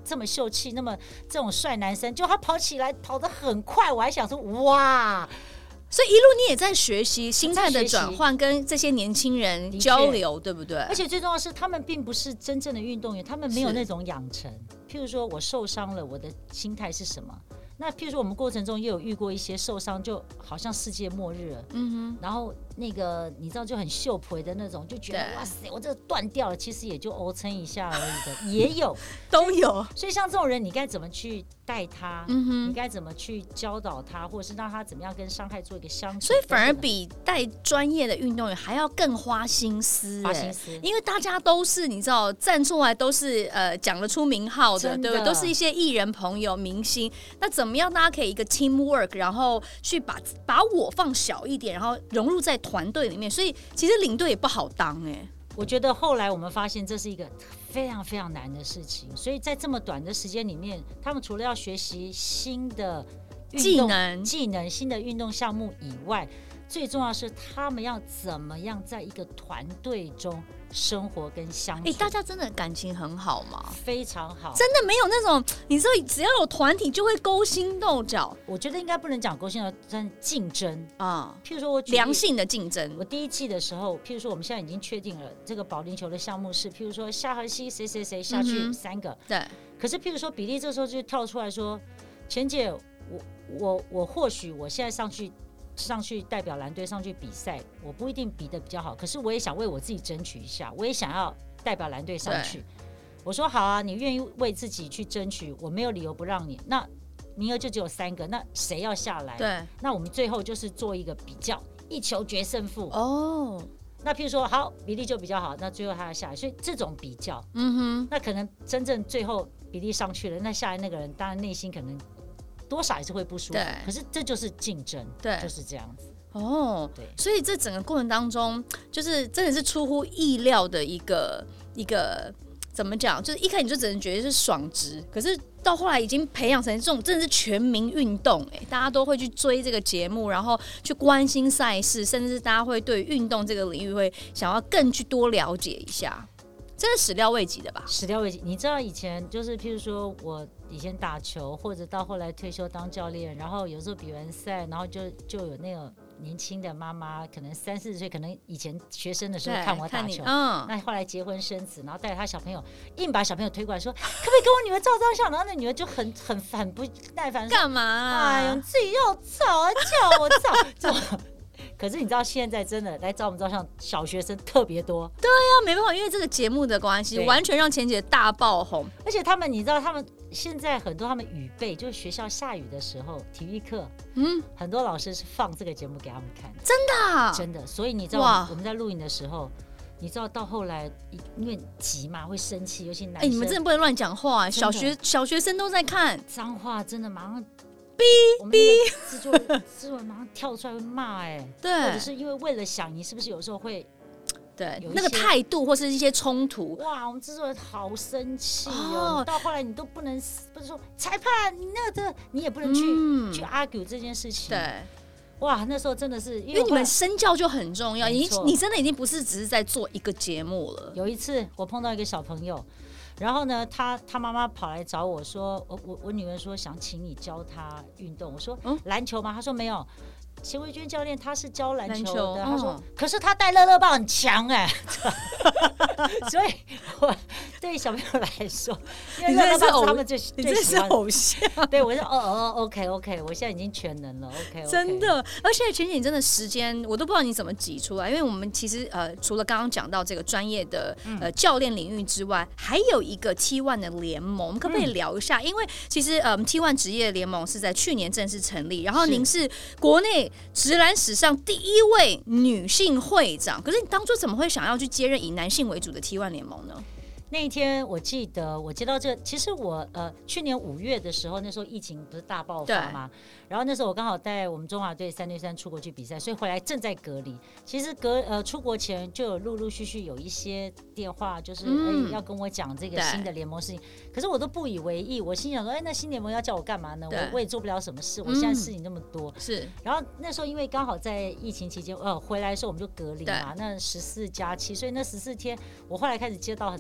这么秀气，那么这种帅男生，就他跑起来跑得很快，我还想说哇。 所以一路你也在学习心态的转换，跟这些年轻人交流，对不对？ 而且最重要的是，他们并不是真正的运动员，他们没有那种养成。譬如说我受伤了，我的心态是什么？那譬如说我们过程中也有遇过一些受伤，就好像世界末日了，嗯哼，然后那个你知道就很秀婆的那种，就觉得哇塞，我这个断掉了，其实也就欧撑一下而已的，也有都有。 所以像这种人，你该怎么去带他？嗯哼，你该怎么去教导他，或者是让他怎么样跟伤害做一个相处？ 所以反而比带专业的运动员还要更花心思， 花心思， 因为大家都是你知道站出来都是呃讲得出名号的，对不对？都是一些艺人朋友、明星，那怎么样大家可以一个 teamwork， 然后去把把我放小一点，然后融入在团队里面，所以其实领队也不好当哎、欸。 我觉得后来我们发现这是一个非常非常难的事情，所以在这么短的时间里面，他们除了要学习新的技能、 技能、新的运动项目以外，最重要的是他们要怎么样在一个团队中生活跟相处。 哎、欸，大家真的感情很好吗？ 非常好， 真的没有那种你知道，只要有团体就会勾心斗角。 我觉得应该不能讲勾心斗角，但竞争啊。譬如说我良性的竞争。 我第一季的时候，譬如说我们现在已经确定了这个保龄球的项目是，譬如说夏荷西谁谁谁下去三个、嗯， 对。 可是譬如说比利这时候就跳出来说，钱姐，我我我或许我现在上去。上去代表蓝队上去比赛，我不一定比得比较好，可是我也想为我自己争取一下，我也想要代表蓝队上去。我说好啊，你愿意为自己去争取，我没有理由不让你。那名额就只有三个，那谁要下来？ 对， 那我们最后就是做一个比较，一球决胜负。 哦， 那譬如说好，比利就比较好，那最后他要下来，所以这种比较，嗯哼，那可能真正最后比利上去了，那下来那个人当然内心可能。多少也是会不舒服，可是这就是竞争，对，就是这样子。 哦，对，所以这整个过程当中，就是真的是出乎意料的一个一个怎么讲？就是一开始就只能觉得是爽直，可是到后来已经培养成这种真的是全民运动，哎，大家都会去追这个节目，然后去关心赛事，甚至是大家会对运动这个领域会想要更去多了解一下。这是始料未及的吧？ 始料未及。你知道以前就是，譬如说我以前打球，或者到后来退休当教练，然后有时候比完赛，然后就就有那种年轻的妈妈，可能三四十岁，可能以前学生的时候看我打球，嗯，那后来结婚生子，然后带着他小朋友，硬把小朋友推过来说，可不可以跟我女儿照张相？然后那女儿就很很很不耐烦， 干嘛、啊？ 哎呦，自己要照啊，叫我照，这种。可是你知道现在真的来找我们照相，小学生特别多。 对啊，没办法，因为这个节目的关系，完全让钱姐大爆红。 而且他们，你知道，他们现在很多他们雨备，就是学校下雨的时候，体育课，嗯，很多老师是放这个节目给他们看。 真的、啊， 真的。所以你知道我们在录影的时候，你知道到后来因为急嘛，会生气，尤其男生。哎、 欸，你们真的不能乱讲话、欸，小学小学生都在看， 脏话真的马上。 逼逼， 制作人制作人马上跳出来会骂哎、欸， 对， 或者是因为为了想你是不是有时候会， 对，那个态度或是一些冲突， 哇，我们制作人好生气哦，哦到后来你都不能不是说裁判你那个你也不能去、嗯、去 argue 这件事情， 对， 哇，那时候真的是因为你们身教就很重要，你你真的已经不是只是在做一个节目了。 有一次我碰到一个小朋友。然后呢，他他妈妈跑来找我说，我我我女儿说想请你教她运动。我说、嗯、篮球吗？他说没有。钱维娟教练他是教篮球的，球他说、哦、可是他带乐乐棒很强哎、欸，所以我对小朋友来说，因为乐乐棒是他们最你这是偶像。 对，我说哦哦 OK OK， 我现在已经全能了 OK，, okay 真的。而且钱姐你真的时间我都不知道你怎么挤出来，因为我们其实呃除了刚刚讲到这个专业的呃教练领域之外，还有一个 T 一 的联盟，我们可不可以聊一下？嗯、因为其实呃 T 一 职业联盟是在去年正式成立，然后您是国内职篮史上第一位女性会长，可是你当初怎么会想要去接任以男性为主的 T 一 联盟呢？ 那一天我记得我接到这个，其实我呃去年五月的时候，那时候疫情不是大爆发吗？然后那时候我刚好带我们中华队三对三出国去比赛，所以回来正在隔离。其实隔呃出国前就有陆陆续续有一些电话，就是、嗯欸、要跟我讲这个新的联盟事情，可是我都不以为意。我心想说，哎、欸，那新联盟要叫我干嘛呢？我我也做不了什么事，我现在事情那么多。嗯、 是。 然后那时候因为刚好在疫情期间，呃，回来的时候我们就隔离嘛，那十四加七，所以那十四天我后来开始接到很多很多的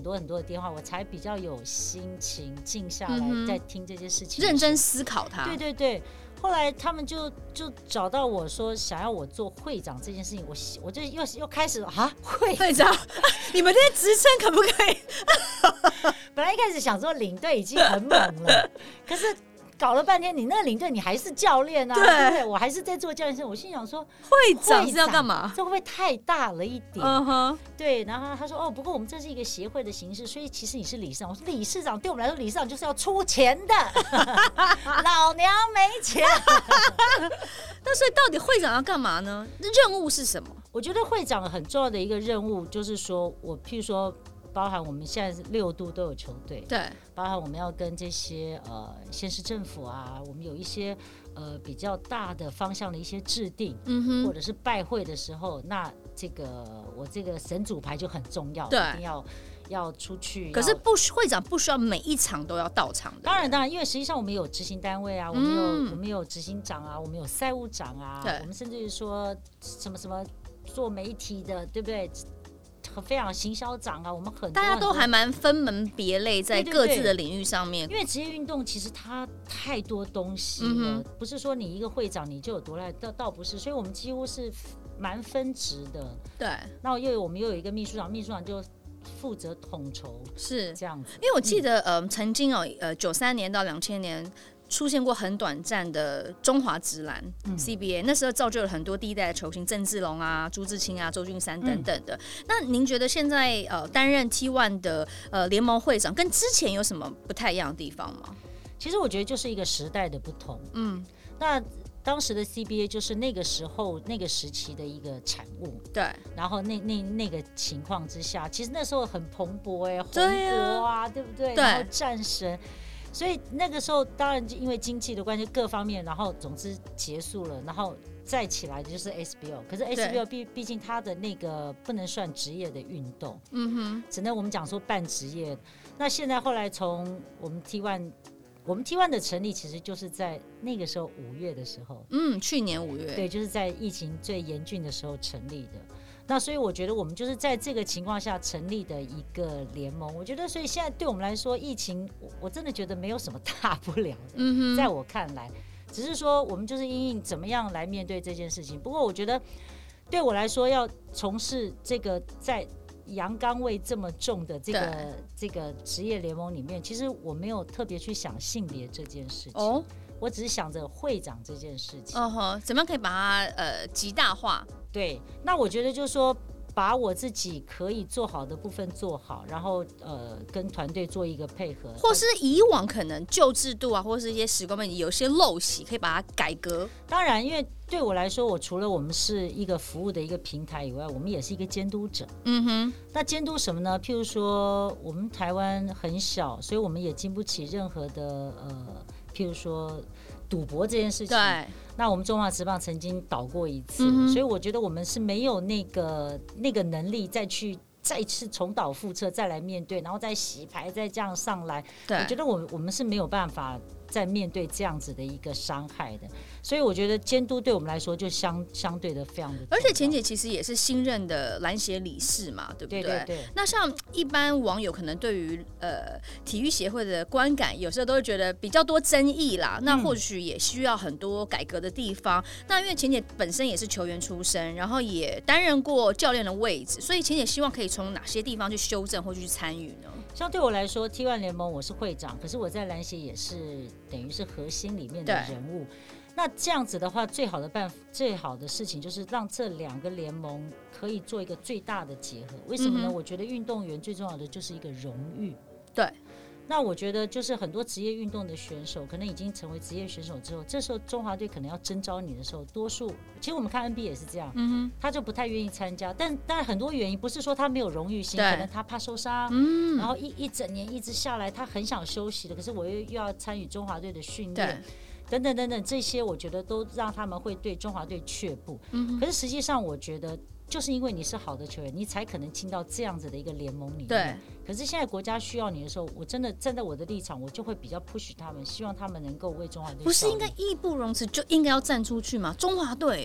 我电话，我才比较有心情静下来再听这些事情， 认真思考它。 对对对。后来他们就就找到我说想要我做会长这件事情，我我就又又开始啊会会长，你们这些职称可不可以？ 本来一开始想说领队已经很猛了，可是搞了半天，你那个领队你还是教练啊， 对, 对不对？我还是在做教练。我心想说， 会长是要干嘛？ 这会不会太大了一点？ 嗯哼， 对。然后他说，哦，不过我们这是一个协会的形式，所以其实你是理事长。我说理事长对我们来说，理事长就是要出钱的，老娘没钱。 那所以到底会长要干嘛呢？任务是什么？ 我觉得会长很重要的一个任务就是说，我譬如说。包含我们现在是六都都有球队， 对， 包含我们要跟这些呃县市政府啊，我们有一些呃比较大的方向的一些制定，嗯哼，或者是拜会的时候，那这个我这个神主牌就很重要， 对， 一定要要出去。 可是不会长不需要每一场都要到场的， 当然当然，因为实际上我们有执行单位啊，我们有、嗯、我们有执行长啊，我们有赛务长啊，我们甚至于说什么什么做媒体的，对不对？非常行销长啊，我们很多大家都还蛮分门别类在各自的领域上面。 对对对，因为职业运动其实它太多东西了，嗯、不是说你一个会长你就有多赖，倒倒不是，所以我们几乎是蛮分职的。 对， 那又有我们又有一个秘书长，秘书长就负责统筹， 是这样子。 因为我记得，嗯、呃，曾经哦，呃，九三年到两千年。出现过很短暂的中华职篮、嗯、C B A， 那时候造就了很多第一代的球星，郑志龙啊、朱志清啊、周俊山等等的。嗯、那您觉得现在呃担任 T 一 的呃联盟会长，跟之前有什么不太一样的地方吗？ 其实我觉得就是一个时代的不同。嗯，那当时的 C B A 就是那个时候那个时期的一个产物。 对。 然后那那那个情况之下，其实那时候很蓬勃哎、欸，红国啊，对不对？ 对。 然后战神。所以那个时候，当然因为经济的关系，各方面，然后总之结束了，然后再起来的就是 S B O。可是 S B O 毕毕竟它的那个不能算职业的运动，嗯哼，只能我们讲说半职业。那现在后来从我们 T 一， 我们 T 一 的成立其实就是在那个时候五月的时候， 嗯，去年五月， 对，就是在疫情最严峻的时候成立的。那所以我觉得我们就是在这个情况下成立的一个联盟。我觉得所以现在对我们来说，疫情我真的觉得没有什么大不了的，嗯、在我看来，只是说我们就是因应怎么样来面对这件事情。不过我觉得对我来说，要从事这个在阳刚味这么重的这个这个职业联盟里面，其实我没有特别去想性别这件事情。哦，我只是想着会长这件事情。 哦吼，怎么样可以把它呃极大化？ 对，那我觉得就是说，把我自己可以做好的部分做好，然后呃跟团队做一个配合， 或是以往可能旧制度啊，或是一些时光背景有些陋习，可以把它改革。 当然，因为对我来说，我除了我们是一个服务的一个平台以外，我们也是一个监督者。嗯哼，那监督什么呢？譬如说，我们台湾很小，所以我们也经不起任何的呃，譬如说赌博这件事情。 对。 那我们中华职棒曾经倒过一次，嗯、所以我觉得我们是没有那个那个能力再去再次重蹈覆辙，再来面对，然后再洗牌，再这样上来。我觉得我们我们是没有办法再面对这样子的一个伤害的，所以我觉得监督对我们来说就相相对的非常的重要。 而且钱姐其实也是新任的篮协理事嘛，对不对？ 对对对。 那像一般网友可能对于呃体育协会的观感，有时候都会觉得比较多争议啦。那或许也需要很多改革的地方。嗯、那因为钱姐本身也是球员出身，然后也担任过教练的位置，所以钱姐希望可以从哪些地方去修正或去参与呢？ 像对我来说 ，T 一 联盟我是会长，可是我在篮协也是等于是核心里面的人物。那这样子的话，最好的办法、最好的事情就是让这两个联盟可以做一个最大的结合。为什么呢？嗯、我觉得运动员最重要的就是一个荣誉。 对。 那我觉得就是很多职业运动的选手，可能已经成为职业选手之后，这时候中华队可能要征召你的时候，多数其实我们看 N B A 也是这样，嗯、他就不太愿意参加。但当然很多原因不是说他没有荣誉心，可能他怕受伤，嗯、然后一一整年一直下来，他很想休息的，可是我又又要参与中华队的训练。等等等等，这些我觉得都让他们会对中华队却步。嗯、可是实际上，我觉得就是因为你是好的球员，你才可能进到这样子的一个联盟里面。 对。 可是现在国家需要你的时候，我真的站在我的立场，我就会比较 push 他们，希望他们能够为中华队。 不是应该义不容辞就应该要站出去吗？中华队，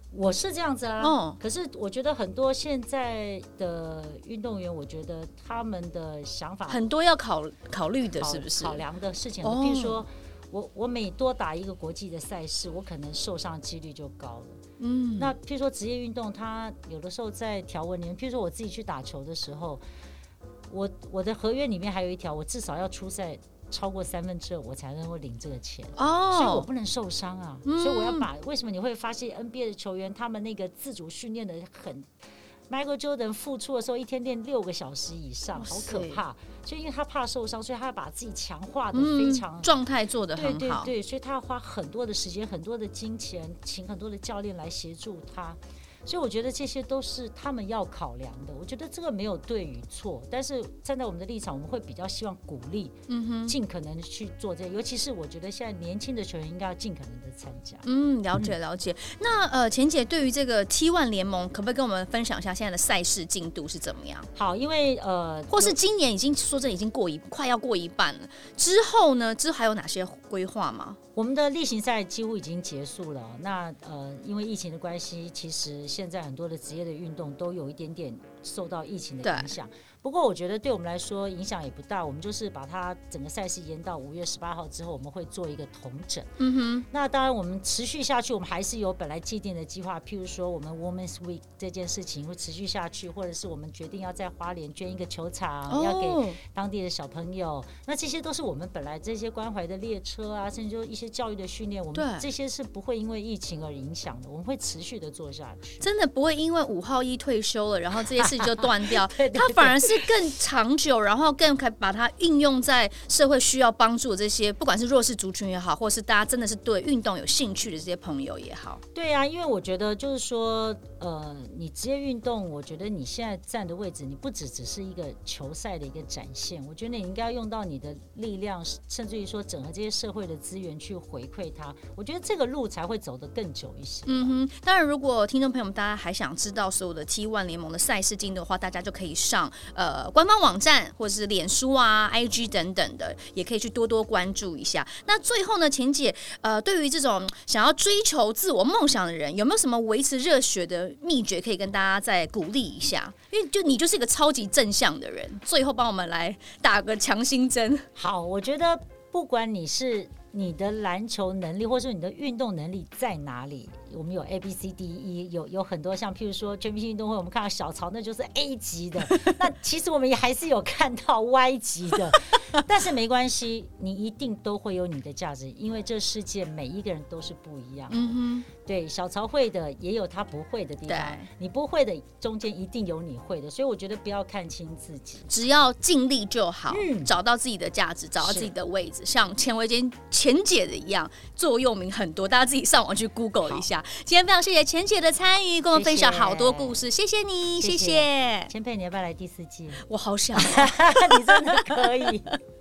我是这样子啊， 哦， 可是我觉得很多现在的运动员，我觉得他们的想法很多要考考虑的，是不是？ 考量的事情， 哦比如说我我每多打一个国际的赛事，我可能受伤几率就高了。嗯，那譬如说职业运动，它有的时候在条文里面，譬如说我自己去打球的时候，我我的合约里面还有一条，我至少要出赛超过三分之二，我才能够领这个钱。哦，所以我不能受伤啊。嗯、所以我要把为什么你会发现 N B A 的球员他们那个自主训练的很。Michael Jordan 复出的时候，一天练六个小时以上，好可怕。所以因为他怕受伤，所以他要把自己强化的非常状态做得很好。 对对对，所以他要花很多的时间、很多的金钱，请很多的教练来协助他。所以我觉得这些都是他们要考量的。我觉得这个没有对与错，但是站在我们的立场，我们会比较希望鼓励，尽可能去做这个。尤其是我觉得现在年轻的球员应该要尽可能的参加。 嗯，了解了解。嗯、那呃，钱姐对于这个 T 一 联盟，可不可以跟我们分享一下现在的赛事进度是怎么样？ 好，因为呃， 或是今年已经说真的已经过一快要过一半了，之后呢，之后还有哪些规划吗？ 我们的例行赛几乎已经结束了。那呃，因为疫情的关系，其实现在很多的职业的运动都有一点点受到疫情的影响。不过我觉得对我们来说影响也不大，我们就是把它整个赛事延到五月十八号之后，我们会做一个统整。嗯哼。那当然我们持续下去，我们还是有本来既定的计划，譬如说我们 Women's Week 这件事情会持续下去，或者是我们决定要在花莲捐一个球场，哦、要给当地的小朋友。那这些都是我们本来这些关怀的列车啊，甚至就一些教育的训练，我们这些是不会因为疫情而影响的，我们会持续的做下去。 真的不会因为五号一退休了，然后这些事情就断掉，对对对，它反而是更长久，然后更可以把它运用在社会需要帮助的这些，不管是弱势族群也好，或是大家真的是对运动有兴趣的这些朋友也好。 对啊，因为我觉得就是说，呃，你职业运动，我觉得你现在站的位置，你不只只是一个球赛的一个展现，我觉得你应该要用到你的力量，甚至于说整合这些社会的资源去回馈它。我觉得这个路才会走得更久一些。 嗯哼，当然，如果听众朋友们大家还想知道所有的 T 一 联盟的赛事进度的话，大家就可以上呃官方网站或者是脸书啊、I G 等等的，也可以去多多关注一下。那最后呢，钱姐，呃，对于这种想要追求自我梦想的人，有没有什么维持热血的秘诀可以跟大家再鼓励一下？因为就你就是一个超级正向的人，最后帮我们来打个强心针。 好，我觉得不管你是你的篮球能力，或是你的运动能力在哪里，我们有 A B C D E， 有有很多像譬如说全明星运动会，我们看到小曹那就是 A 级的，那其实我们也还是有看到 Y 级的，但是没关系，你一定都会有你的价值，因为这世界每一个人都是不一样的。嗯哼，对，小曹会的也有他不会的地方，你不会的中间一定有你会的，所以我觉得不要看清自己， 只要尽力就好，嗯、找到自己的价值，找到自己的位置，像钱维坚钱姐的一样，座右铭很多，大家自己上网去 Google 一下。今天非常谢谢钱姐的参与，跟我们分享好多故事，谢谢你，谢谢。 千佩，你要不要来第四季？ 我好想， 你真的可以。